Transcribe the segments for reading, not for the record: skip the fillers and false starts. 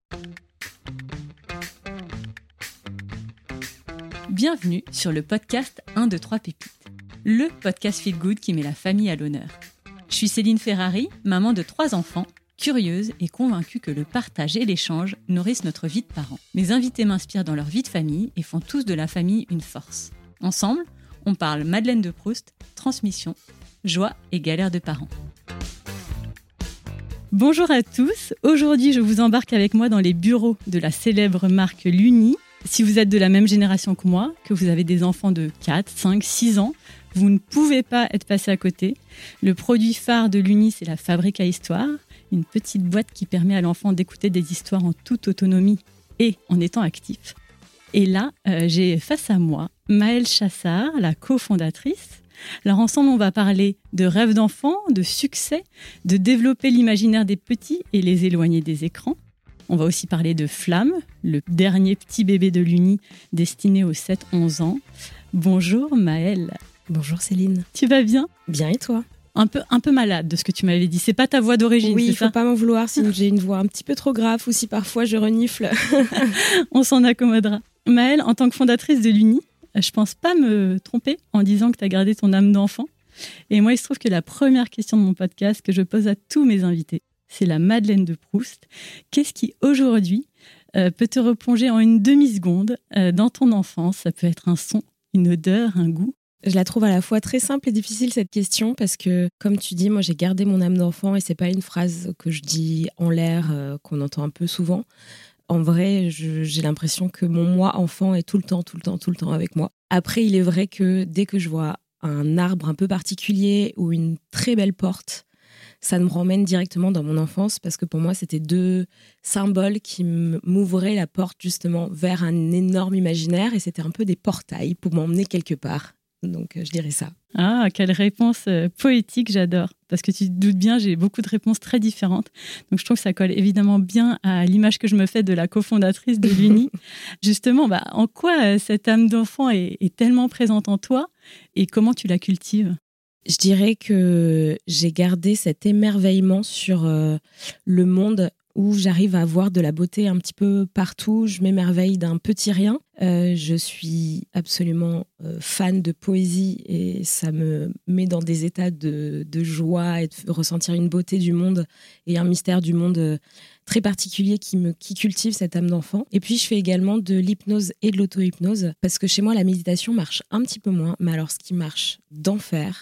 Bienvenue sur le podcast 1, 2, 3 pépites, le podcast Feel Good qui met la famille à l'honneur. Je suis Céline Ferrari, maman de 3 enfants, curieuse et convaincue que le partage et l'échange nourrissent notre vie de parents. Mes invités m'inspirent dans leur vie de famille et font tous de la famille une force. Ensemble, on parle Madeleine de Proust, transmission, joie et galère de parents. Bonjour à tous, aujourd'hui je vous embarque avec moi dans les bureaux de la célèbre marque Luni. Si vous êtes de la même génération que moi, que vous avez des enfants de 4, 5, 6 ans, vous ne pouvez pas être passé à côté. Le produit phare de Luni, c'est la Fabrique à Histoire, une petite boîte qui permet à l'enfant d'écouter des histoires en toute autonomie et en étant actif. Et là, j'ai face à moi Maëlle Chassard, la cofondatrice. Alors ensemble, on va parler de rêves d'enfants, de succès, de développer l'imaginaire des petits et les éloigner des écrans. On va aussi parler de Flamme, le dernier petit bébé de Luni destiné aux 7-11 ans. Bonjour Maëlle. Bonjour Céline. Tu vas bien ? Bien et toi ? Un peu malade de ce que tu m'avais dit. C'est pas ta voix d'origine, oui, c'est ça ? Oui, il faut pas m'en vouloir si j'ai une voix un petit peu trop grave ou si parfois je renifle. On s'en accommodera. Maëlle, en tant que fondatrice de Luni, je pense pas me tromper en disant que tu as gardé ton âme d'enfant. Et moi, il se trouve que la première question de mon podcast que je pose à tous mes invités, c'est la Madeleine de Proust. Qu'est-ce qui, aujourd'hui, peut te replonger en une demi-seconde dans ton enfance ? Ça peut être un son, une odeur, un goût. Je la trouve à la fois très simple et difficile, cette question, parce que, comme tu dis, moi, j'ai gardé mon âme d'enfant et c'est pas une phrase que je dis en l'air, qu'on entend un peu souvent. En vrai, j'ai l'impression que mon moi enfant est tout le temps avec moi. Après, il est vrai que dès que je vois un arbre un peu particulier ou une très belle porte, ça me ramène directement dans mon enfance parce que pour moi, c'était 2 symboles qui m'ouvraient la porte justement vers un énorme imaginaire et c'était un peu des portails pour m'emmener quelque part. Donc, je dirais ça. Ah, quelle réponse poétique, j'adore. Parce que tu te doutes bien, j'ai beaucoup de réponses très différentes. Donc, je trouve que ça colle évidemment bien à l'image que je me fais de la cofondatrice de Luni. Justement, en quoi cette âme d'enfant est tellement présente en toi et comment tu la cultives ? Je dirais que j'ai gardé cet émerveillement sur le monde où j'arrive à voir de la beauté un petit peu partout. Je m'émerveille d'un petit rien. Je suis absolument fan de poésie et ça me met dans des états de joie et de ressentir une beauté du monde et un mystère du monde très particulier qui cultive cette âme d'enfant. Et puis, je fais également de l'hypnose et de l'auto-hypnose parce que chez moi, la méditation marche un petit peu moins. Mais alors, ce qui marche d'enfer,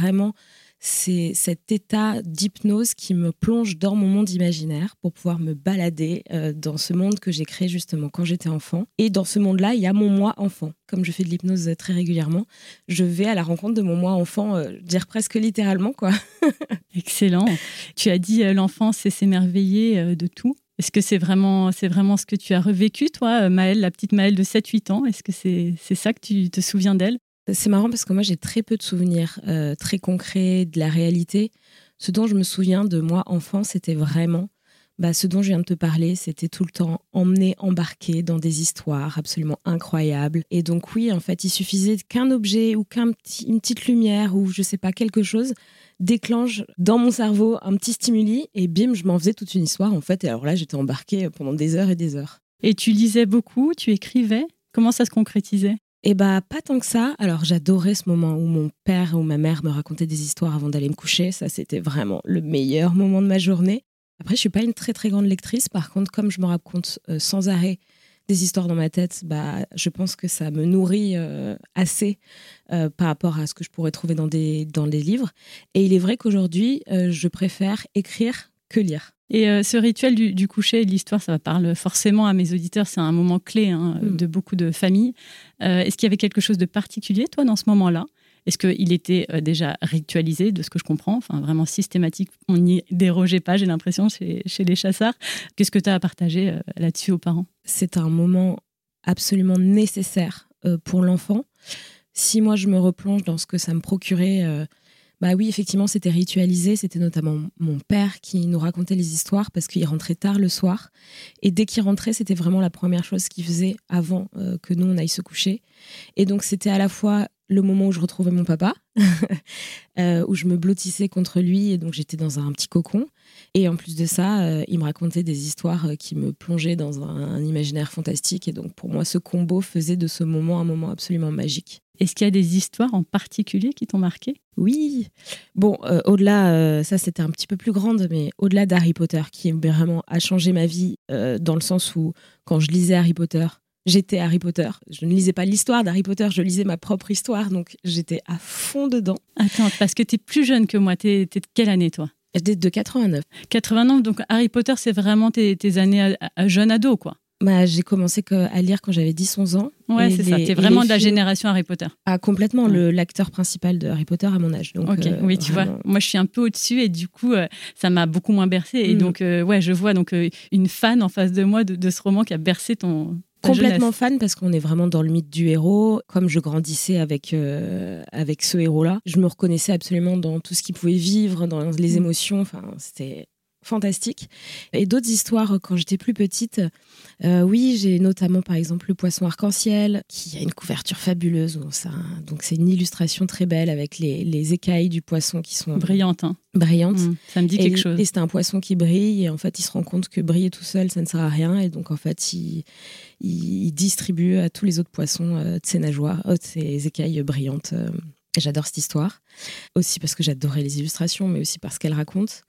c'est cet état d'hypnose qui me plonge dans mon monde imaginaire pour pouvoir me balader dans ce monde que j'ai créé justement quand j'étais enfant. Et dans ce monde-là, il y a mon moi enfant. Comme je fais de l'hypnose très régulièrement, je vais à la rencontre de mon moi enfant, dire presque littéralement, quoi. Excellent. Tu as dit l'enfance, c'est s'émerveiller de tout. Est-ce que c'est vraiment ce que tu as revécu, toi, Maëlle, la petite Maëlle de 7-8 ans ? Est-ce que c'est ça que tu te souviens d'elle ? C'est marrant parce que moi, j'ai très peu de souvenirs très concrets de la réalité. Ce dont je me souviens de moi, enfant, c'était vraiment ce dont je viens de te parler. C'était tout le temps embarqué dans des histoires absolument incroyables. Et donc oui, en fait, il suffisait qu'un objet ou une petite lumière ou je sais pas, quelque chose déclenche dans mon cerveau un petit stimuli et bim, je m'en faisais toute une histoire en fait. Et alors là, j'étais embarquée pendant des heures et des heures. Et tu lisais beaucoup, tu écrivais ? Comment ça se concrétisait ? Pas tant que ça. Alors, j'adorais ce moment où mon père ou ma mère me racontaient des histoires avant d'aller me coucher. Ça, c'était vraiment le meilleur moment de ma journée. Après, je suis pas une très, très grande lectrice. Par contre, comme je me raconte sans arrêt des histoires dans ma tête, je pense que ça me nourrit assez par rapport à ce que je pourrais trouver dans les livres. Et il est vrai qu'aujourd'hui, je préfère écrire que lire. Et ce rituel du coucher et de l'histoire, ça parle forcément à mes auditeurs. C'est un moment clé de beaucoup de familles. Est-ce qu'il y avait quelque chose de particulier, toi, dans ce moment-là ? Est-ce qu'il était déjà ritualisé, de ce que je comprends, enfin vraiment systématique, on n'y dérogeait pas, j'ai l'impression, chez les Chassards. Qu'est-ce que tu as à partager là-dessus aux parents ? C'est un moment absolument nécessaire pour l'enfant. Si moi je me replonge dans ce que ça me procurait, oui, effectivement, c'était ritualisé. C'était notamment mon père qui nous racontait les histoires parce qu'il rentrait tard le soir. Et dès qu'il rentrait, c'était vraiment la première chose qu'il faisait avant que nous, on aille se coucher. Et donc, c'était à la fois le moment où je retrouvais mon papa, où je me blottissais contre lui et donc j'étais dans un petit cocon. Et en plus de ça, il me racontait des histoires qui me plongeaient dans un imaginaire fantastique. Et donc pour moi, ce combo faisait de ce moment un moment absolument magique. Est-ce qu'il y a des histoires en particulier qui t'ont marqué ? Oui. Bon, au-delà, ça c'était un petit peu plus grande, mais au-delà d'Harry Potter, qui vraiment a changé ma vie, dans le sens où quand je lisais Harry Potter, j'étais Harry Potter. Je ne lisais pas l'histoire d'Harry Potter, je lisais ma propre histoire, donc j'étais à fond dedans. Attends, parce que t'es plus jeune que moi. T'es de quelle année, toi ? J'étais de 89. 89, donc Harry Potter, c'est vraiment tes années à jeune ado, quoi. Bah, j'ai commencé à lire quand j'avais 10-11 ans. Ouais, c'est ça. T'es vraiment de la génération Harry Potter. Ah, complètement. L'acteur principal de Harry Potter à mon âge. Donc, oui, tu vois. Moi, je suis un peu au-dessus et du coup, ça m'a beaucoup moins bercé. Et donc, je vois une fan en face de moi de ce roman qui a bercé complètement jeunesse. Fan parce qu'on est vraiment dans le mythe du héros. Comme je grandissais avec ce héros-là, je me reconnaissais absolument dans tout ce qu'il pouvait vivre, dans les émotions. Enfin, c'était fantastique. Et d'autres histoires quand j'étais plus petite, oui, j'ai notamment par exemple Le Poisson Arc-en-Ciel qui a une couverture fabuleuse, donc c'est une illustration très belle avec les écailles du poisson qui sont brillantes. Ça me dit quelque chose. Et c'est un poisson qui brille et en fait il se rend compte que briller tout seul ça ne sert à rien et donc en fait il distribue à tous les autres poissons de ses nageoires, de ses écailles brillantes. J'adore cette histoire aussi parce que j'adorais les illustrations mais aussi parce qu'elle raconte.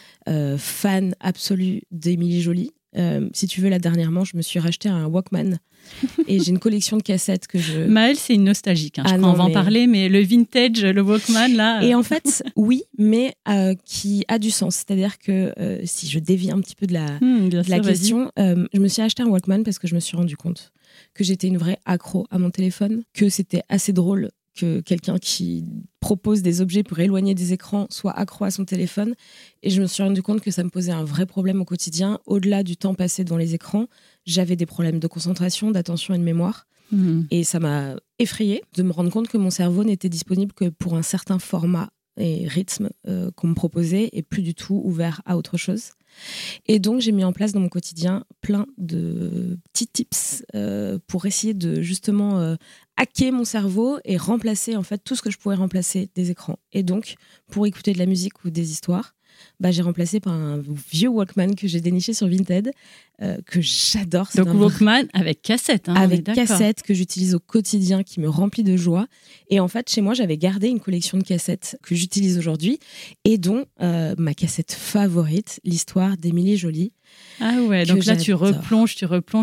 Fan absolue d'Émilie Joly. Si tu veux, là dernièrement, je me suis racheté un Walkman et j'ai une collection de cassettes que je... Maëlle, c'est une nostalgique. Je crois on va en parler, mais le vintage, le Walkman, là... Et en fait, oui, mais qui a du sens. C'est-à-dire que si je dévie un petit peu de la question, je me suis acheté un Walkman parce que je me suis rendu compte que j'étais une vraie accro à mon téléphone, que c'était assez drôle que quelqu'un qui propose des objets pour éloigner des écrans soit accro à son téléphone. Et je me suis rendu compte que ça me posait un vrai problème au quotidien. Au-delà du temps passé devant les écrans, j'avais des problèmes de concentration, d'attention et de mémoire. Et ça m'a effrayée de me rendre compte que mon cerveau n'était disponible que pour un certain format et rythme qu'on me proposait et plus du tout ouvert à autre chose. Et donc, j'ai mis en place dans mon quotidien plein de petits tips pour essayer de justement hacker mon cerveau et remplacer en fait tout ce que je pourrais remplacer des écrans. Et donc, pour écouter de la musique ou des histoires, j'ai remplacé par un vieux Walkman que j'ai déniché sur Vinted, que j'adore. Donc Walkman avec cassette. Avec cassette que j'utilise au quotidien, qui me remplit de joie. Et en fait, chez moi, j'avais gardé une collection de cassettes que j'utilise aujourd'hui et dont ma cassette favorite, l'histoire d'Émilie Joly. Ah ouais, donc là tu replonges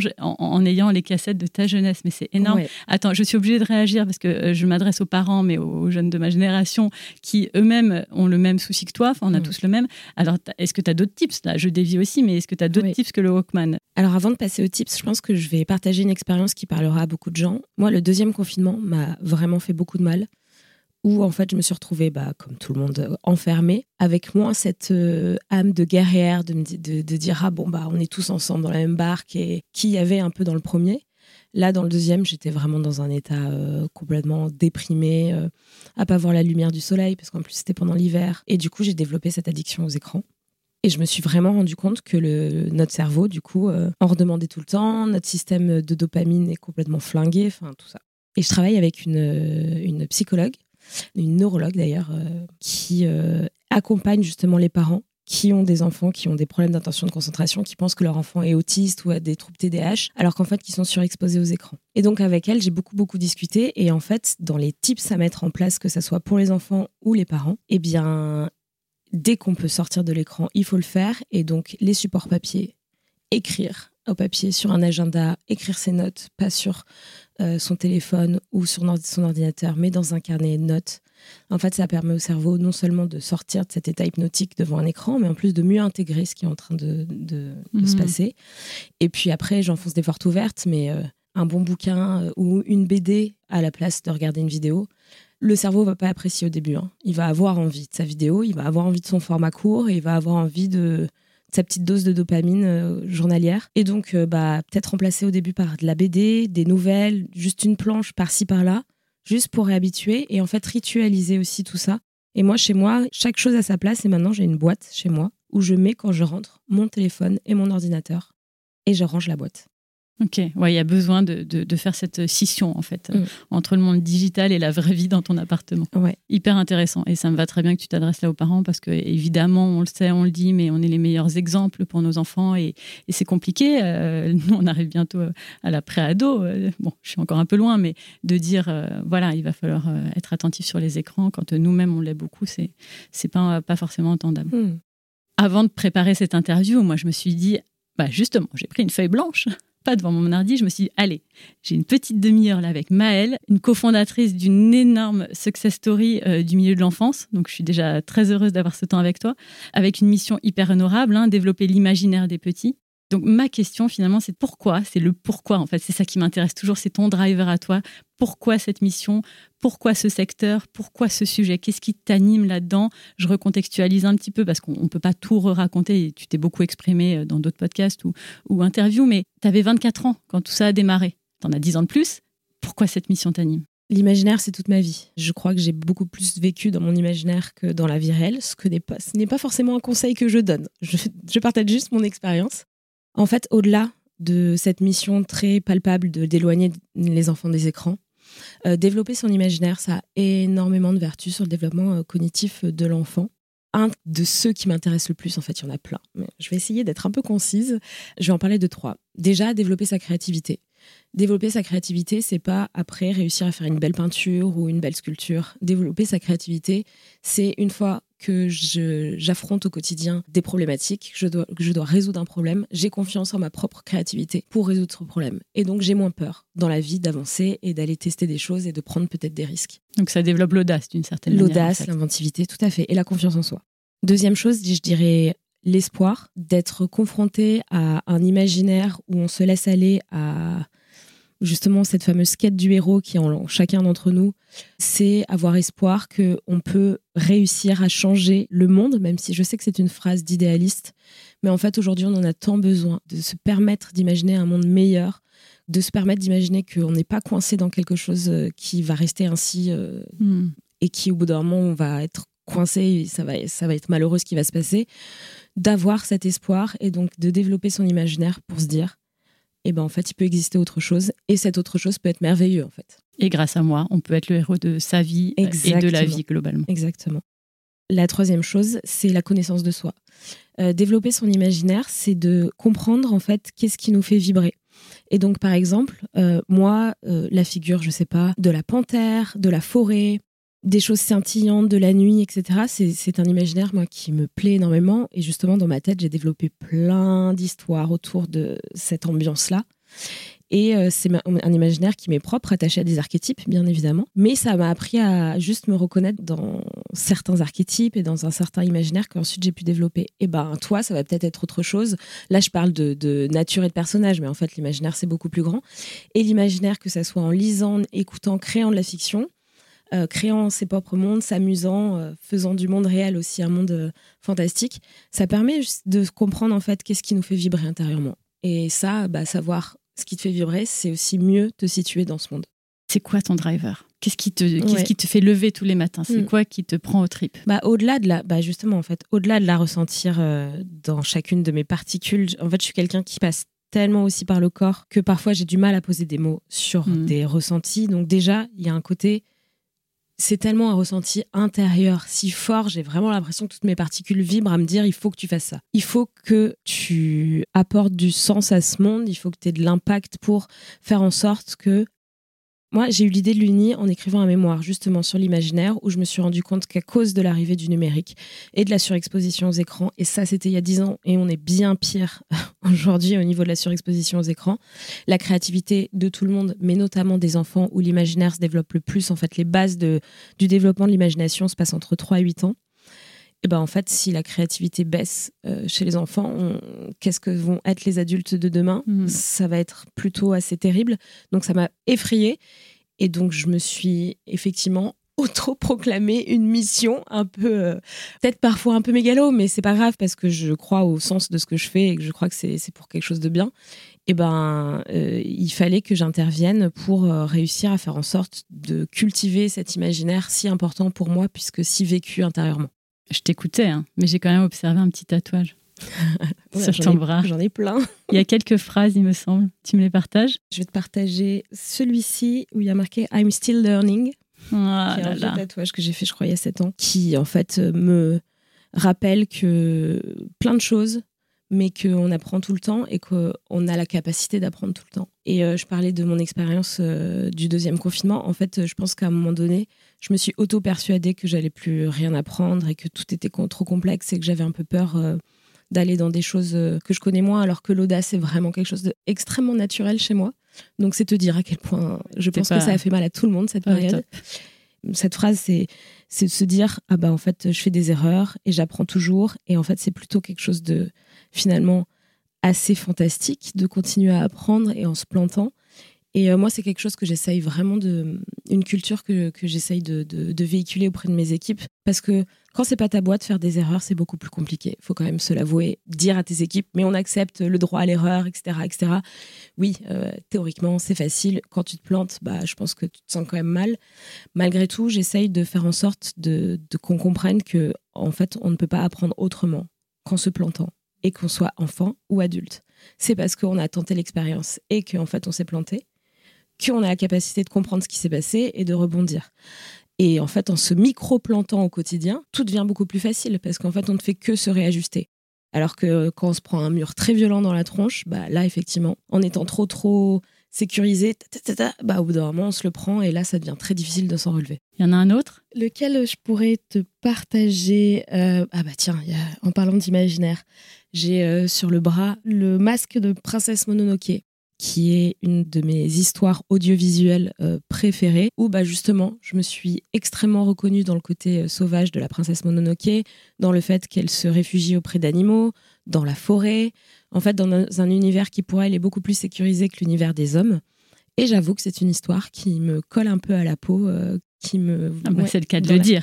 en ayant les cassettes de ta jeunesse, mais c'est énorme. Ouais. Attends, je suis obligée de réagir parce que je m'adresse aux parents, mais aux jeunes de ma génération qui eux-mêmes ont le même souci que toi, enfin on a tous le même. Alors est-ce que tu as d'autres tips là ? Je dévie aussi, mais est-ce que tu as d'autres tips que le Walkman ? Alors avant de passer aux tips, je pense que je vais partager une expérience qui parlera à beaucoup de gens. Moi, le deuxième confinement m'a vraiment fait beaucoup de mal. Où en fait je me suis retrouvée, comme tout le monde, enfermée, avec moins cette âme de guerrière, de dire on est tous ensemble dans la même barque, et qui y avait un peu dans le premier. Là, dans le deuxième, j'étais vraiment dans un état complètement déprimé, à pas voir la lumière du soleil, parce qu'en plus c'était pendant l'hiver. Et du coup, j'ai développé cette addiction aux écrans. Et je me suis vraiment rendu compte que notre cerveau, du coup, en redemandait tout le temps, notre système de dopamine est complètement flingué, enfin tout ça. Et je travaille avec une psychologue, une neurologue d'ailleurs, qui accompagne justement les parents qui ont des enfants qui ont des problèmes d'attention de concentration, qui pensent que leur enfant est autiste ou a des troubles TDAH, alors qu'en fait, ils sont surexposés aux écrans. Et donc, avec elle, j'ai beaucoup discuté. Et en fait, dans les tips à mettre en place, que ça soit pour les enfants ou les parents, eh bien, dès qu'on peut sortir de l'écran, il faut le faire. Et donc, les supports papier, écrire au papier, sur un agenda, écrire ses notes, pas sur son téléphone ou sur son ordinateur, mais dans un carnet de notes. En fait, ça permet au cerveau non seulement de sortir de cet état hypnotique devant un écran, mais en plus de mieux intégrer ce qui est en train de se passer. Et puis après, j'enfonce des portes ouvertes, mais un bon bouquin ou une BD à la place de regarder une vidéo, le cerveau ne va pas apprécier au début. Il va avoir envie de sa vidéo, il va avoir envie de son format court, et il va avoir envie de sa petite dose de dopamine journalière. Et donc, peut-être remplacer au début par de la BD, des nouvelles, juste une planche par-ci, par-là, juste pour réhabituer et en fait ritualiser aussi tout ça. Et moi, chez moi, chaque chose a sa place et maintenant, j'ai une boîte chez moi où je mets, quand je rentre, mon téléphone et mon ordinateur et je range la boîte. Ok, ouais, il y a besoin de faire cette scission en fait entre le monde digital et la vraie vie dans ton appartement. Ouais. Hyper intéressant et ça me va très bien que tu t'adresses là aux parents parce que évidemment on le sait, on le dit, mais on est les meilleurs exemples pour nos enfants et c'est compliqué. Nous on arrive bientôt à la pré-ado. Bon, je suis encore un peu loin, mais de dire voilà, il va falloir être attentif sur les écrans quand nous-mêmes on l'est beaucoup, c'est pas forcément entendable. Avant de préparer cette interview, moi je me suis dit justement, j'ai pris une feuille blanche. Pas devant mon ordi, je me suis dit, allez, j'ai une petite demi-heure là avec Maëlle, une cofondatrice d'une énorme success story du milieu de l'enfance. Donc, je suis déjà très heureuse d'avoir ce temps avec toi, avec une mission hyper honorable, développer l'imaginaire des petits. Donc, ma question, finalement, c'est pourquoi. C'est le pourquoi, en fait. C'est ça qui m'intéresse toujours. C'est ton driver à toi. Pourquoi cette mission? Pourquoi ce secteur? Pourquoi ce sujet? Qu'est-ce qui t'anime là-dedans? Je recontextualise un petit peu parce qu'on ne peut pas tout raconter. Tu t'es beaucoup exprimé dans d'autres podcasts ou interviews, mais tu avais 24 ans quand tout ça a démarré. Tu en as 10 ans de plus. Pourquoi cette mission t'anime? L'imaginaire, c'est toute ma vie. Je crois que j'ai beaucoup plus vécu dans mon imaginaire que dans la vie réelle, ce n'est pas forcément un conseil que je donne. Je partage juste mon expérience. En fait, au-delà de cette mission très palpable d'éloigner les enfants des écrans, développer son imaginaire, ça a énormément de vertus sur le développement cognitif de l'enfant. Un de ceux qui m'intéresse le plus, en fait, il y en a plein. Mais je vais essayer d'être un peu concise. Je vais en parler de 3. Déjà, développer sa créativité. Développer sa créativité, c'est pas après réussir à faire une belle peinture ou une belle sculpture. Développer sa créativité, c'est une fois que j'affronte au quotidien des problématiques, que je dois résoudre un problème, j'ai confiance en ma propre créativité pour résoudre ce problème. Et donc, j'ai moins peur dans la vie d'avancer et d'aller tester des choses et de prendre peut-être des risques. Donc, ça développe l'audace d'une certaine manière. L'audace, en fait. L'inventivité, tout à fait. Et la confiance en soi. Deuxième chose, je dirais l'espoir d'être confronté à un imaginaire où on se laisse aller à justement cette fameuse quête du héros qui est en chacun d'entre nous. C'est avoir espoir qu'on peut réussir à changer le monde, même si je sais que c'est une phrase d'idéaliste. Mais en fait, aujourd'hui, on en a tant besoin de se permettre d'imaginer un monde meilleur, de se permettre d'imaginer qu'on n'est pas coincé dans quelque chose qui va rester ainsi et qui, au bout d'un moment, on va être coincé et ça va être malheureux ce qui va se passer. D'avoir cet espoir et donc de développer son imaginaire pour se dire en fait, il peut exister autre chose et cette autre chose peut être merveilleux, en fait. Et grâce à moi, on peut être le héros de sa vie et de la vie globalement. Exactement. La troisième chose, c'est la connaissance de soi. Développer son imaginaire, c'est de comprendre, en fait, qu'est-ce qui nous fait vibrer. Et donc, par exemple, moi, la figure, je sais pas, de la panthère, de la forêt, des choses scintillantes, de la nuit, etc. C'est un imaginaire, moi, qui me plaît énormément. Et justement, dans ma tête, j'ai développé plein d'histoires autour de cette ambiance-là. Et c'est un imaginaire qui m'est propre, attaché à des archétypes, bien évidemment. Mais ça m'a appris à juste me reconnaître dans certains archétypes et dans un certain imaginaire qu'ensuite j'ai pu développer. Et toi, ça va peut-être être autre chose. Là, je parle de nature et de personnage, mais en fait, l'imaginaire, c'est beaucoup plus grand. Et l'imaginaire, que ça soit en lisant, écoutant, créant de la fiction, créant ses propres mondes, s'amusant, faisant du monde réel aussi un monde fantastique, ça permet de comprendre en fait qu'est-ce qui nous fait vibrer intérieurement. Et ça, savoir ce qui te fait vibrer, c'est aussi mieux te situer dans ce monde. C'est quoi ton driver? Qu'est-ce qui te fait lever tous les matins? C'est quoi qui te prend aux tripes? Au-delà de justement en fait, au-delà de la ressentir dans chacune de mes particules, en fait, je suis quelqu'un qui passe tellement aussi par le corps que parfois j'ai du mal à poser des mots sur des ressentis. Donc déjà, il y a un côté, c'est tellement un ressenti intérieur si fort, j'ai vraiment l'impression que toutes mes particules vibrent à me dire il faut que tu fasses ça. Il faut que tu apportes du sens à ce monde, il faut que tu aies de l'impact pour faire en sorte que... Moi, j'ai eu l'idée de l'Uni en écrivant un mémoire justement sur l'imaginaire où je me suis rendu compte qu'à cause de l'arrivée du numérique et de la surexposition aux écrans, et ça c'était il y a 10 ans et on est bien pire aujourd'hui au niveau de la surexposition aux écrans, la créativité de tout le monde, mais notamment des enfants où l'imaginaire se développe le plus, en fait les bases du développement de l'imagination se passent entre 3 et 8 ans. Et en fait, si la créativité baisse chez les enfants, qu'est-ce que vont être les adultes de demain? Ça va être plutôt assez terrible. Donc, ça m'a effrayée. Et donc, je me suis effectivement auto-proclamé une mission un peu, peut-être parfois un peu mégalo, mais c'est pas grave parce que je crois au sens de ce que je fais et que je crois que c'est pour quelque chose de bien. Et il fallait que j'intervienne pour réussir à faire en sorte de cultiver cet imaginaire si important pour moi puisque si vécu intérieurement. Je t'écoutais, mais j'ai quand même observé un petit tatouage. Sur ton bras. J'en ai plein. Il y a quelques phrases, il me semble. Tu me les partages? Je vais te partager celui-ci où il y a marqué « I'm still learning ». Oh qui est un vieux tatouage que j'ai fait, je crois, il y a 7 ans, qui en fait me rappelle que plein de choses, mais qu'on apprend tout le temps et qu'on a la capacité d'apprendre tout le temps. Et je parlais de mon expérience du 2e confinement. En fait, je pense qu'à un moment donné, je me suis auto-persuadée que j'allais plus rien apprendre et que tout était trop complexe et que j'avais un peu peur d'aller dans des choses que je connais moins, alors que l'audace est vraiment quelque chose d'extrêmement naturel chez moi. Donc c'est te dire à quel point je pense que ça a fait mal à tout le monde cette période. Cette phrase, c'est de se dire « Ah bah en fait, je fais des erreurs et j'apprends toujours. » Et en fait, c'est plutôt quelque chose de finalement assez fantastique de continuer à apprendre et en se plantant. Et moi, c'est quelque chose que j'essaye vraiment une culture que j'essaye de véhiculer auprès de mes équipes. Parce que quand c'est pas ta boîte, faire des erreurs, c'est beaucoup plus compliqué. Il faut quand même se l'avouer, dire à tes équipes, mais on accepte le droit à l'erreur, etc., etc. Oui, théoriquement, c'est facile. Quand tu te plantes, bah, je pense que tu te sens quand même mal. Malgré tout, j'essaye de faire en sorte qu'on comprenne que, en fait, on ne peut pas apprendre autrement qu'en se plantant. Et qu'on soit enfant ou adulte. C'est parce qu'on a tenté l'expérience et qu'en fait, on s'est planté, qu'on a la capacité de comprendre ce qui s'est passé et de rebondir. Et en fait, en se micro-plantant au quotidien, tout devient beaucoup plus facile parce qu'en fait, on ne fait que se réajuster. Alors que quand on se prend un mur très violent dans la tronche, bah là, effectivement, en étant trop sécurisé, bah, au bout d'un moment, on se le prend et là, ça devient très difficile de s'en relever. Il y en a un autre? Lequel je pourrais te partager Ah bah tiens, en parlant d'imaginaire, j'ai sur le bras le masque de Princesse Mononoke, qui est une de mes histoires audiovisuelles préférées, où bah justement, je me suis extrêmement reconnue dans le côté sauvage de la Princesse Mononoke, dans le fait qu'elle se réfugie auprès d'animaux, dans la forêt, en fait dans un univers qui pour elle est beaucoup plus sécurisé que l'univers des hommes. Et j'avoue que c'est une histoire qui me colle un peu à la peau, qui me... c'est le cas de le dire.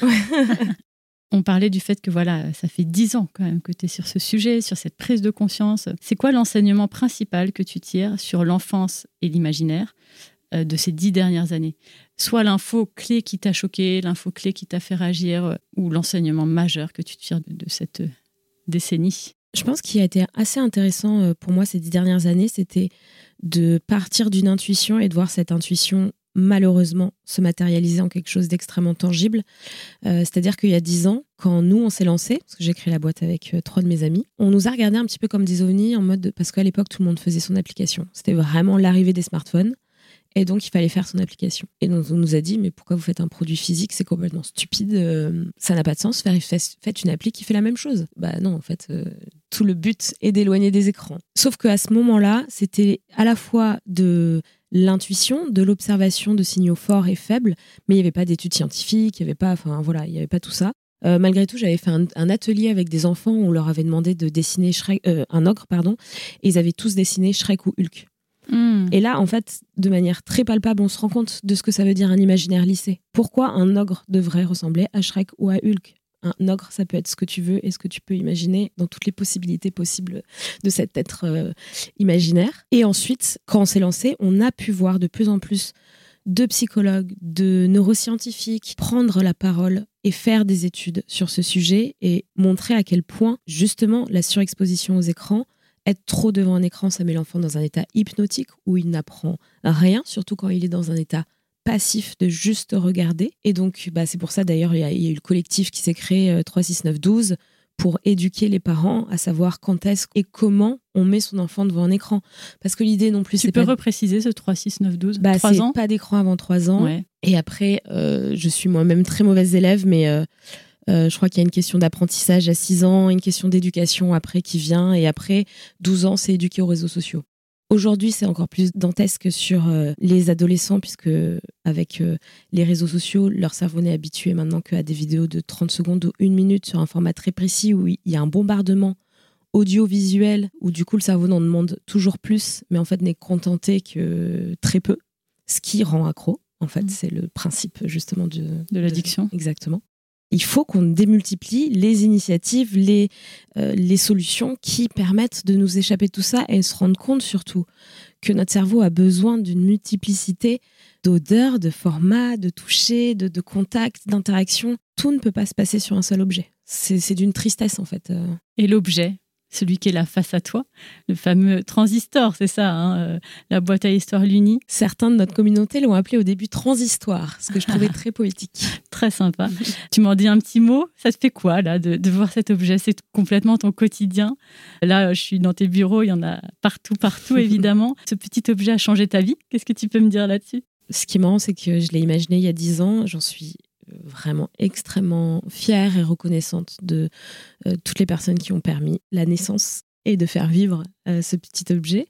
On parlait du fait que voilà, ça fait 10 ans quand même que tu es sur ce sujet, sur cette prise de conscience. C'est quoi l'enseignement principal que tu tires sur l'enfance et l'imaginaire de ces 10 dernières années? Soit l'info clé qui t'a choqué, l'info clé qui t'a fait réagir, ou l'enseignement majeur que tu tires de cette décennie. Je pense qu'il a été assez intéressant pour moi ces 10 dernières années, c'était de partir d'une intuition et de voir cette intuition malheureusement se matérialiser en quelque chose d'extrêmement tangible. C'est-à-dire qu'il y a 10 ans, quand nous on s'est lancé, parce que j'ai créé la boîte avec 3 de mes amis, on nous a regardé un petit peu comme des ovnis en mode parce qu'à l'époque tout le monde faisait son application. C'était vraiment l'arrivée des smartphones. Et donc, il fallait faire son application. Et donc, on nous a dit, mais pourquoi vous faites un produit physique? C'est complètement stupide. Ça n'a pas de sens. Faites une appli qui fait la même chose. Bah non, en fait, tout le but est d'éloigner des écrans. Sauf qu'à ce moment-là, c'était à la fois de l'intuition, de l'observation de signaux forts et faibles, mais il n'y avait pas d'études scientifiques, il n'y avait pas, il n'y avait pas tout ça. Malgré tout, j'avais fait un atelier avec des enfants où on leur avait demandé de dessiner un ogre, et ils avaient tous dessiné Shrek ou Hulk. Et là, en fait, de manière très palpable, on se rend compte de ce que ça veut dire un imaginaire lissé. Pourquoi un ogre devrait ressembler à Shrek ou à Hulk? Un ogre, ça peut être ce que tu veux et ce que tu peux imaginer dans toutes les possibilités possibles de cet être imaginaire. Et ensuite, quand on s'est lancé, on a pu voir de plus en plus de psychologues, de neuroscientifiques prendre la parole et faire des études sur ce sujet et montrer à quel point, justement, la surexposition aux écrans, être trop devant un écran, ça met l'enfant dans un état hypnotique où il n'apprend rien, surtout quand il est dans un état passif de juste regarder. Et donc, c'est pour ça d'ailleurs, il y a eu le collectif qui s'est créé 36912 pour éduquer les parents à savoir quand est-ce et comment on met son enfant devant un écran. Parce que l'idée non plus, tu peux repréciser ce 36912 3 ans. Pas d'écran avant 3 ans. Ouais. Et après, je suis moi-même très mauvaise élève, mais... je crois qu'il y a une question d'apprentissage à 6 ans, une question d'éducation après qui vient, et après 12 ans, c'est éduquer aux réseaux sociaux. Aujourd'hui, c'est encore plus dantesque sur les adolescents, puisque avec les réseaux sociaux, leur cerveau n'est habitué maintenant qu'à des vidéos de 30 secondes ou 1 minute sur un format très précis où il y a un bombardement audiovisuel, où du coup le cerveau en demande toujours plus, mais en fait n'est contenté que très peu, ce qui rend accro. En fait, c'est le principe justement de l'addiction. Exactement. Il faut qu'on démultiplie les initiatives, les solutions qui permettent de nous échapper de tout ça et se rendre compte surtout que notre cerveau a besoin d'une multiplicité d'odeurs, de formats, de touchés, de contacts, d'interactions. Tout ne peut pas se passer sur un seul objet. C'est d'une tristesse en fait. Et l'objet, celui qui est là face à toi, le fameux transistor, c'est ça, la boîte à histoire Luni. Certains de notre communauté l'ont appelé au début transistoire, ce que je trouvais très poétique. Très sympa. Tu m'en dis un petit mot? Ça te fait quoi là de voir cet objet? C'est complètement ton quotidien. Là, je suis dans tes bureaux, il y en a partout évidemment. Ce petit objet a changé ta vie. Qu'est-ce que tu peux me dire là-dessus? Ce qui est marrant, c'est que je l'ai imaginé il y a 10 ans. J'en suis vraiment extrêmement fière et reconnaissante de toutes les personnes qui ont permis la naissance et de faire vivre ce petit objet.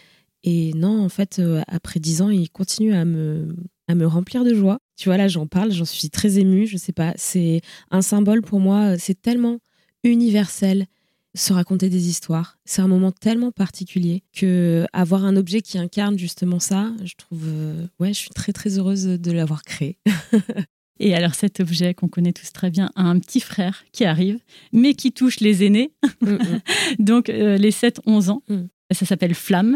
Et non, en fait, après 10 ans, il continue à me remplir de joie. Tu vois, là, j'en parle, j'en suis très émue. Je sais pas, c'est un symbole pour moi. C'est tellement universel, se raconter des histoires. C'est un moment tellement particulier que avoir un objet qui incarne justement ça, je trouve, je suis très très heureuse de l'avoir créé. Et alors cet objet qu'on connaît tous très bien a un petit frère qui arrive, mais qui touche les aînés, donc les 7-11 ans. Ça s'appelle Flamme,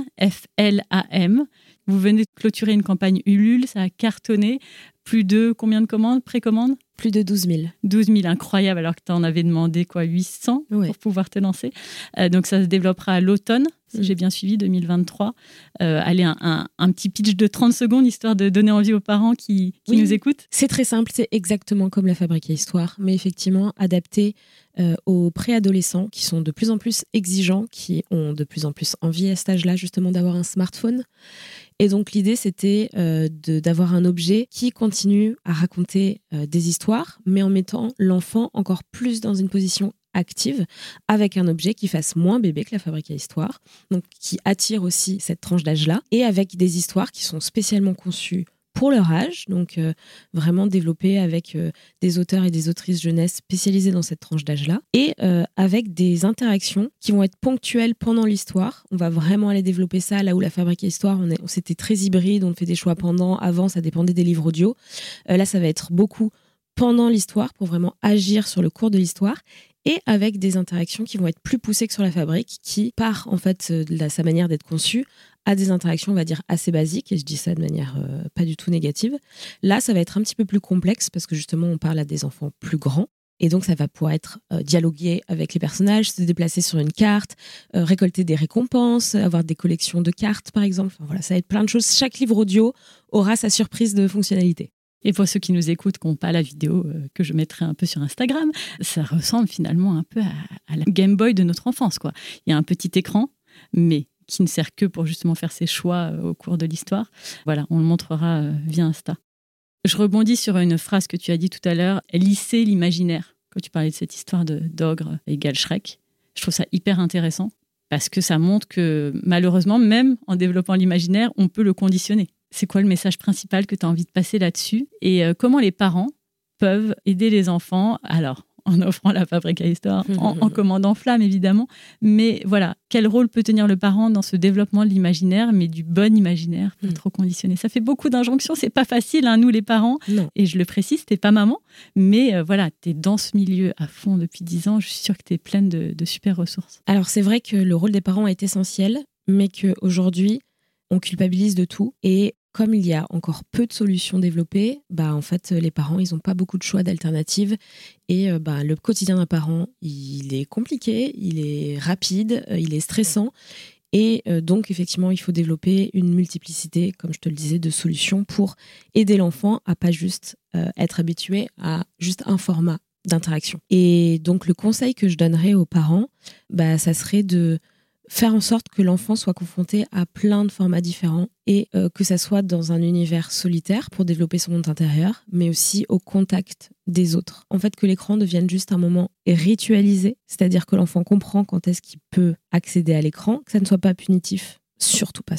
F-L-A-M. Vous venez de clôturer une campagne Ulule, ça a cartonné. Plus de combien de commandes, précommandes? Plus de 12 000. 12 000, incroyable, alors que tu en avais demandé 800 pour pouvoir te lancer. Donc ça se développera à l'automne, si j'ai bien suivi, 2023. Allez, un petit pitch de 30 secondes, histoire de donner envie aux parents qui nous écoutent. C'est très simple, c'est exactement comme la Fabrique à Histoire, mais effectivement adapté aux préadolescents qui sont de plus en plus exigeants, qui ont de plus en plus envie à cet âge-là justement d'avoir un smartphone. Et donc l'idée, c'était d'avoir un objet qui continue à raconter des histoires, mais en mettant l'enfant encore plus dans une position active, avec un objet qui fasse moins bébé que la Fabrique à Histoire, donc qui attire aussi cette tranche d'âge-là, et avec des histoires qui sont spécialement conçues pour leur âge, donc vraiment développées avec des auteurs et des autrices jeunesse spécialisés dans cette tranche d'âge-là, et avec des interactions qui vont être ponctuelles pendant l'histoire. On va vraiment aller développer ça, là où la Fabrique à Histoire, c'était très hybride, on fait des choix avant, ça dépendait des livres audio. Là, ça va être beaucoup pendant l'histoire pour vraiment agir sur le cours de l'histoire, et avec des interactions qui vont être plus poussées que sur la Fabrique, qui, par en fait de sa manière d'être conçue, a des interactions, on va dire, assez basiques, et je dis ça de manière pas du tout négative. Là, ça va être un petit peu plus complexe, parce que justement, on parle à des enfants plus grands, et donc ça va pouvoir être dialoguer avec les personnages, se déplacer sur une carte, récolter des récompenses, avoir des collections de cartes, par exemple. Enfin, voilà, ça va être plein de choses. Chaque livre audio aura sa surprise de fonctionnalité. Et pour ceux qui nous écoutent, qui n'ont pas la vidéo que je mettrai un peu sur Instagram, ça ressemble finalement un peu à la Game Boy de notre enfance, quoi. Il y a un petit écran, mais qui ne sert que pour justement faire ses choix au cours de l'histoire. Voilà, on le montrera via Insta. Je rebondis sur une phrase que tu as dit tout à l'heure, lisser l'imaginaire, quand tu parlais de cette histoire d'ogre égale Shrek. Je trouve ça hyper intéressant, parce que ça montre que malheureusement, même en développant l'imaginaire, on peut le conditionner. C'est quoi le message principal que tu as envie de passer là-dessus? Et comment les parents peuvent aider les enfants, alors en offrant la Fabrique à Histoire, en commandant Flamme évidemment, mais voilà, quel rôle peut tenir le parent dans ce développement de l'imaginaire, mais du bon imaginaire, pas trop conditionné? Ça fait beaucoup d'injonctions, c'est pas facile, nous les parents, non. Et je le précise, t'es pas maman, mais voilà, t'es dans ce milieu à fond depuis 10 ans, je suis sûre que t'es pleine de super ressources. Alors c'est vrai que le rôle des parents est essentiel, mais qu'aujourd'hui, on culpabilise de tout, et comme il y a encore peu de solutions développées, en fait, les parents, ils n'ont pas beaucoup de choix d'alternatives. Et le quotidien d'un parent, il est compliqué, il est rapide, il est stressant. Et donc, effectivement, il faut développer une multiplicité, comme je te le disais, de solutions pour aider l'enfant à pas juste être habitué à juste un format d'interaction. Et donc, le conseil que je donnerais aux parents, ça serait de faire en sorte que l'enfant soit confronté à plein de formats différents et que ça soit dans un univers solitaire pour développer son monde intérieur, mais aussi au contact des autres. En fait, que l'écran devienne juste un moment ritualisé, c'est-à-dire que l'enfant comprend quand est-ce qu'il peut accéder à l'écran, que ça ne soit pas punitif. Surtout pas.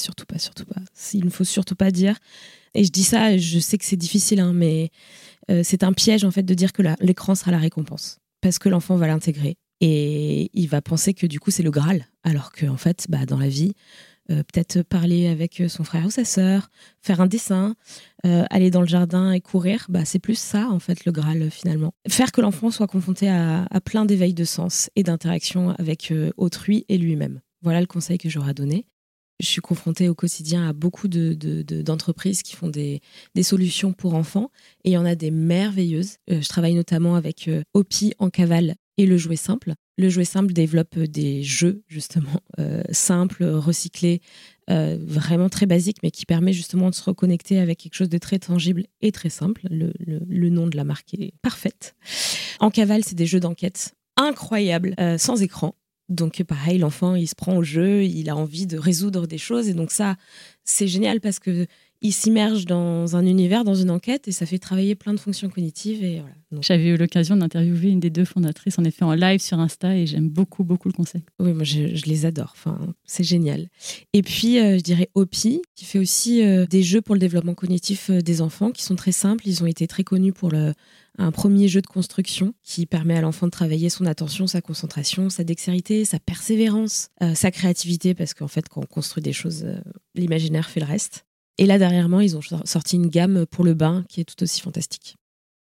Il ne faut surtout pas dire, et je dis ça, je sais que c'est difficile, mais c'est un piège en fait de dire que l'écran sera la récompense, parce que l'enfant va l'intégrer. Et il va penser que du coup c'est le Graal, alors qu'en fait dans la vie, peut-être parler avec son frère ou sa sœur, faire un dessin, aller dans le jardin et courir, c'est plus ça en fait le Graal finalement. Faire que l'enfant soit confronté à plein d'éveils de sens et d'interactions avec autrui et lui-même. Voilà le conseil que j'aurais à donner. Je suis confrontée au quotidien à beaucoup d'entreprises qui font des solutions pour enfants, et il y en a des merveilleuses. Je travaille notamment avec Opi en cavale et le jouet simple. Le Jouet Simple développe des jeux, justement, simples, recyclés, vraiment très basiques, mais qui permet justement de se reconnecter avec quelque chose de très tangible et très simple. Le nom de la marque est parfaite. En cavale, c'est des jeux d'enquête incroyables, sans écran. Donc pareil, l'enfant, il se prend au jeu, il a envie de résoudre des choses. Et donc ça, c'est génial parce que il s'immerge dans un univers, dans une enquête, et ça fait travailler plein de fonctions cognitives. Et voilà. Donc, j'avais eu l'occasion d'interviewer une des 2 fondatrices, en effet, en live sur Insta, et j'aime beaucoup, beaucoup le concept. oui, moi, je les adore. Enfin, c'est génial. Et puis, je dirais Opi, qui fait aussi des jeux pour le développement cognitif des enfants, qui sont très simples. Ils ont été très connus pour un premier jeu de construction qui permet à l'enfant de travailler son attention, sa concentration, sa dextérité, sa persévérance, sa créativité, parce qu'en fait, quand on construit des choses, l'imaginaire fait le reste. Et là, dernièrement, ils ont sorti une gamme pour le bain qui est tout aussi fantastique.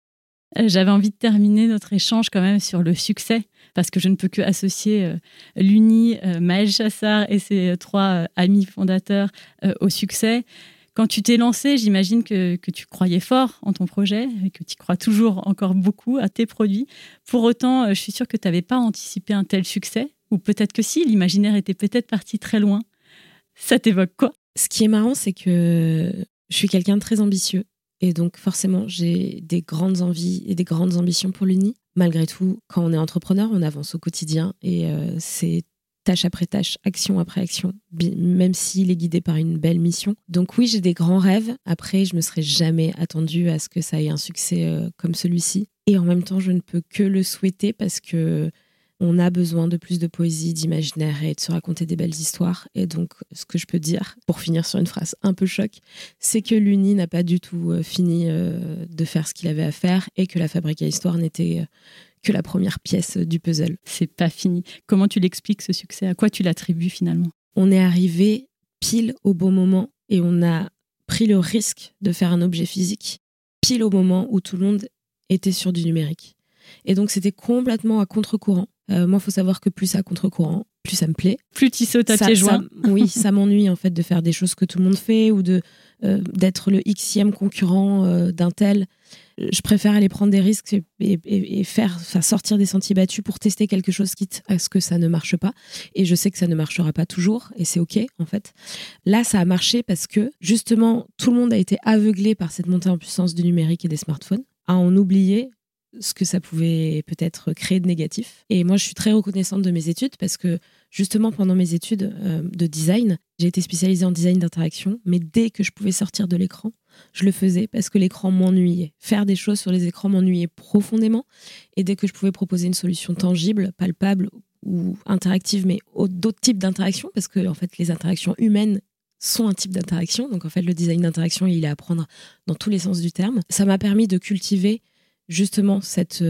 J'avais envie de terminer notre échange quand même sur le succès, parce que je ne peux que associer l'Uni, Maël Chassard et ses 3 amis fondateurs au succès. Quand tu t'es lancé, j'imagine que tu croyais fort en ton projet et que tu crois toujours encore beaucoup à tes produits. Pour autant, je suis sûre que tu n'avais pas anticipé un tel succès, ou peut-être que si, l'imaginaire était peut-être parti très loin. Ça t'évoque quoi ? Ce qui est marrant, c'est que je suis quelqu'un de très ambitieux. Et donc, forcément, j'ai des grandes envies et des grandes ambitions pour l'Uni. Malgré tout, quand on est entrepreneur, on avance au quotidien. Et c'est tâche après tâche, action après action, même s'il est guidé par une belle mission. Donc oui, j'ai des grands rêves. Après, je ne me serais jamais attendue à ce que ça ait un succès comme celui-ci. Et en même temps, je ne peux que le souhaiter parce que on a besoin de plus de poésie, d'imaginaire et de se raconter des belles histoires. Et donc, ce que je peux dire, pour finir sur une phrase un peu choc, c'est que l'Uni n'a pas du tout fini de faire ce qu'il avait à faire et que la Fabrique à Histoire n'était que la première pièce du puzzle. C'est pas fini. Comment tu l'expliques, ce succès ? À quoi tu l'attribues finalement ? On est arrivé pile au bon moment et on a pris le risque de faire un objet physique pile au moment où tout le monde était sur du numérique. Et donc, c'était complètement à contre-courant. Moi, il faut savoir que plus c'est à contre-courant, plus ça me plaît. Plus tu sautes à pieds joints. Oui, ça m'ennuie en fait de faire des choses que tout le monde fait ou d'être le xème concurrent d'un tel. Je préfère aller prendre des risques et faire sortir des sentiers battus pour tester quelque chose, quitte à ce que ça ne marche pas. Et je sais que ça ne marchera pas toujours, et c'est OK en fait. Là, ça a marché parce que justement, tout le monde a été aveuglé par cette montée en puissance du numérique et des smartphones, à en oublier ce que ça pouvait peut-être créer de négatif. Et moi, je suis très reconnaissante de mes études parce que justement, pendant mes études de design, j'ai été spécialisée en design d'interaction, mais dès que je pouvais sortir de l'écran, je le faisais parce que l'écran m'ennuyait. Faire des choses sur les écrans m'ennuyait profondément. Et dès que je pouvais proposer une solution tangible, palpable ou interactive, mais d'autres types d'interactions, parce que en fait, les interactions humaines sont un type d'interaction. Donc en fait, le design d'interaction, il est à prendre dans tous les sens du terme. Ça m'a permis de cultiver justement cette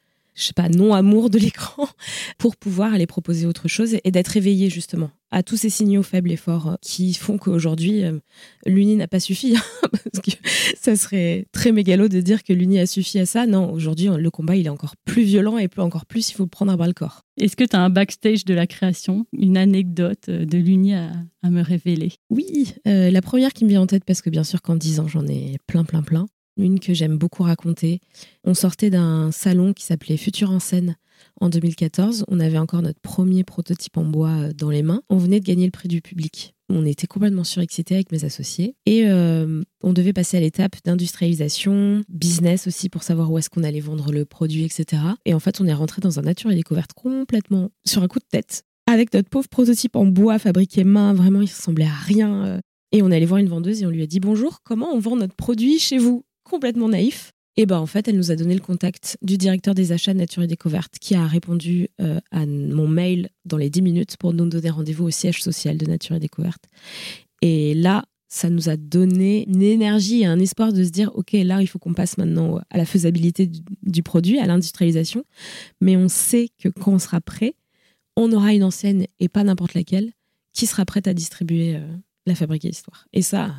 non-amour de l'écran pour pouvoir aller proposer autre chose et d'être éveillé justement à tous ces signaux faibles et forts qui font qu'aujourd'hui l'Uni n'a pas suffi parce que ça serait très mégalo de dire que l'Uni a suffi à ça. Non, aujourd'hui le combat il est encore plus violent et encore plus il faut le prendre à bras le corps. Est-ce que tu as un backstage de la création, une anecdote de l'Uni à me révéler ? Oui, la première qui me vient en tête, parce que bien sûr qu'en 10 ans j'en ai plein. Une que j'aime beaucoup raconter. On sortait d'un salon qui s'appelait Futur en scène en 2014. On avait encore notre premier prototype en bois dans les mains. On venait de gagner le prix du public. On était complètement surexcités avec mes associés. Et on devait passer à l'étape d'industrialisation, business aussi pour savoir où est-ce qu'on allait vendre le produit, etc. Et en fait, on est rentré dans un nature et découverte complètement sur un coup de tête. Avec notre pauvre prototype en bois fabriqué main, vraiment, il ressemblait à rien. Et on est allé voir une vendeuse et on lui a dit « Bonjour, comment on vend notre produit chez vous ?» Complètement naïf. Et ben en fait, elle nous a donné le contact du directeur des achats de Nature et Découverte qui a répondu à mon mail dans les 10 minutes pour nous donner rendez-vous au siège social de Nature et Découverte. Et là, ça nous a donné une énergie et un espoir de se dire ok, là, il faut qu'on passe maintenant à la faisabilité du produit, à l'industrialisation. Mais on sait que quand on sera prêt, on aura une enseigne et pas n'importe laquelle qui sera prête à distribuer la Fabrique à Histoire. Et ça...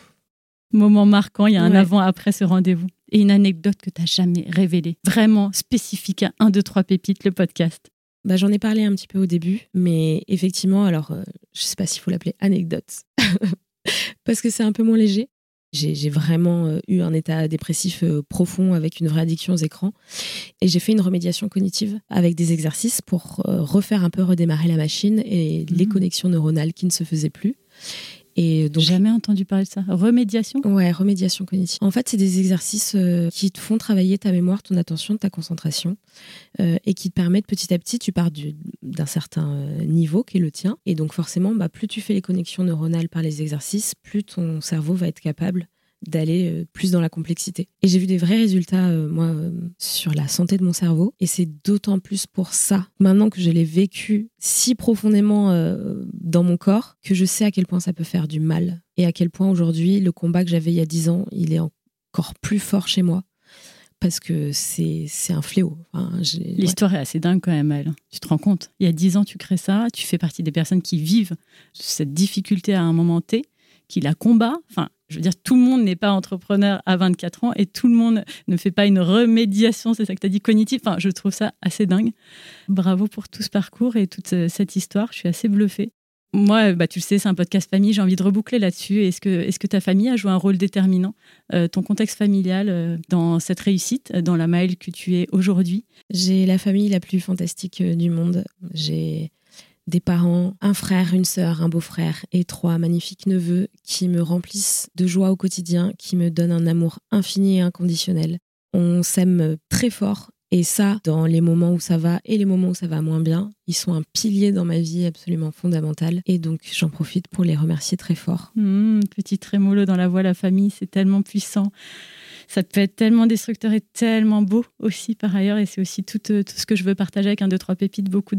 Moment marquant, il y a un avant-après ce rendez-vous. Et une anecdote que tu n'as jamais révélée. Vraiment spécifique à 1, 2, 3 pépites, le podcast. J'en ai parlé un petit peu au début, mais effectivement, alors, je ne sais pas s'il faut l'appeler anecdote, parce que c'est un peu moins léger. J'ai vraiment eu un état dépressif profond avec une vraie addiction aux écrans. Et j'ai fait une remédiation cognitive avec des exercices pour refaire un peu redémarrer la machine et les connexions neuronales qui ne se faisaient plus. Et donc, jamais entendu parler de ça. Remédiation ? Ouais, remédiation cognitive. En fait, c'est des exercices qui te font travailler ta mémoire, ton attention, ta concentration et qui te permettent petit à petit, tu pars d'un certain niveau qui est le tien. Et donc forcément, plus tu fais les connexions neuronales par les exercices, plus ton cerveau va être capable d'aller plus dans la complexité. Et j'ai vu des vrais résultats, moi, sur la santé de mon cerveau. Et c'est d'autant plus pour ça, maintenant que je l'ai vécu si profondément dans mon corps, que je sais à quel point ça peut faire du mal. Et à quel point aujourd'hui, le combat que j'avais il y a 10 ans, il est encore plus fort chez moi. Parce que c'est un fléau. L'histoire est assez dingue quand même, Maëlle. Tu te rends compte ? Il y a 10 ans, tu crées ça, tu fais partie des personnes qui vivent cette difficulté à un moment T, qui la combat. Enfin, je veux dire, tout le monde n'est pas entrepreneur à 24 ans et tout le monde ne fait pas une remédiation, c'est ça que tu as dit, cognitive. Enfin, je trouve ça assez dingue. Bravo pour tout ce parcours et toute cette histoire. Je suis assez bluffée. Moi, tu le sais, c'est un podcast famille. J'ai envie de reboucler là-dessus. Est-ce que ta famille a joué un rôle déterminant, ton contexte familial, dans cette réussite, dans la Maëlle que tu es aujourd'hui ? J'ai la famille la plus fantastique du monde. J'ai des parents, un frère, une sœur, un beau-frère et 3 magnifiques neveux qui me remplissent de joie au quotidien, qui me donnent un amour infini et inconditionnel. On s'aime très fort et ça, dans les moments où ça va et les moments où ça va moins bien, ils sont un pilier dans ma vie absolument fondamental et donc j'en profite pour les remercier très fort. Petit trémolo dans la voix, la famille, c'est tellement puissant. Ça peut être tellement destructeur et tellement beau aussi par ailleurs. Et c'est aussi tout ce que je veux partager avec 1, 2, 3 pépites, beaucoup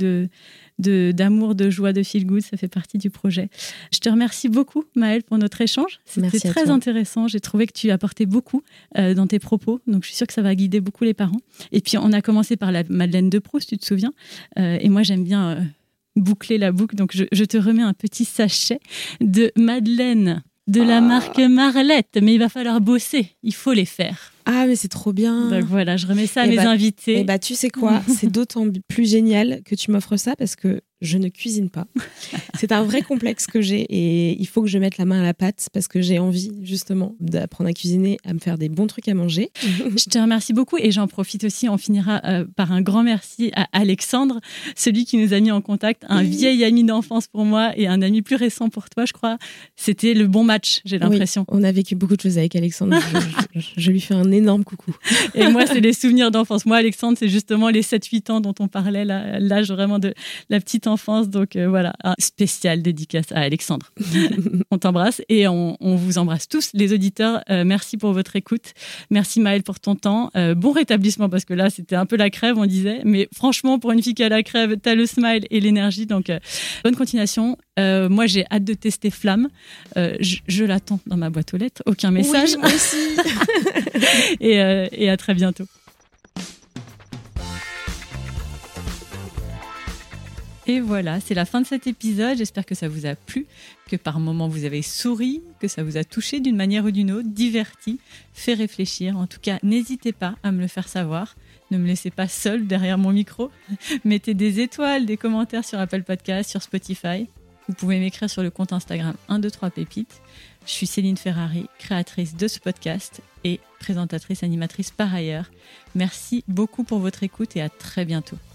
d'amour, de joie, de feel good. Ça fait partie du projet. Je te remercie beaucoup, Maëlle, pour notre échange. C'était très intéressant. J'ai trouvé que tu apportais beaucoup dans tes propos. Donc, je suis sûre que ça va guider beaucoup les parents. Et puis, on a commencé par la Madeleine de Proust, tu te souviens. Et moi, j'aime bien boucler la boucle. Donc, je te remets un petit sachet de Madeleine de la marque Marlette, mais il va falloir bosser, il faut les faire. Ah, mais c'est trop bien. Donc voilà, je remets ça à mes invités. Et tu sais quoi, c'est d'autant plus génial que tu m'offres ça parce que je ne cuisine pas. C'est un vrai complexe que j'ai et il faut que je mette la main à la pâte parce que j'ai envie justement d'apprendre à cuisiner, à me faire des bons trucs à manger. Je te remercie beaucoup et j'en profite aussi, on finira par un grand merci à Alexandre, celui qui nous a mis en contact, un vieil ami d'enfance pour moi et un ami plus récent pour toi, je crois. C'était le bon match, j'ai l'impression. Oui, on a vécu beaucoup de choses avec Alexandre. Je lui fais un énorme coucou. Et moi, c'est les souvenirs d'enfance. Moi, Alexandre, c'est justement les 7-8 ans dont on parlait, l'âge vraiment de la petite enfance. Donc voilà, un spécial dédicace à Alexandre. On t'embrasse et on vous embrasse tous, les auditeurs. Merci pour votre écoute. Merci Maëlle pour ton temps. Bon rétablissement parce que là, c'était un peu la crève, on disait. Mais franchement, pour une fille qui a la crève, t'as le smile et l'énergie. Donc, bonne continuation. Moi, j'ai hâte de tester Flamme. Je l'attends dans ma boîte aux lettres. Aucun message. Oui, moi aussi. et à très bientôt. Et voilà, c'est la fin de cet épisode. J'espère que ça vous a plu, que par moments vous avez souri, que ça vous a touché d'une manière ou d'une autre, diverti, fait réfléchir. En tout cas, n'hésitez pas à me le faire savoir. Ne me laissez pas seule derrière mon micro. Mettez des étoiles, des commentaires sur Apple Podcasts, sur Spotify. Vous pouvez m'écrire sur le compte Instagram 1, 2, 3 pépites. Je suis Céline Ferrari, créatrice de ce podcast et présentatrice, animatrice par ailleurs. Merci beaucoup pour votre écoute et à très bientôt.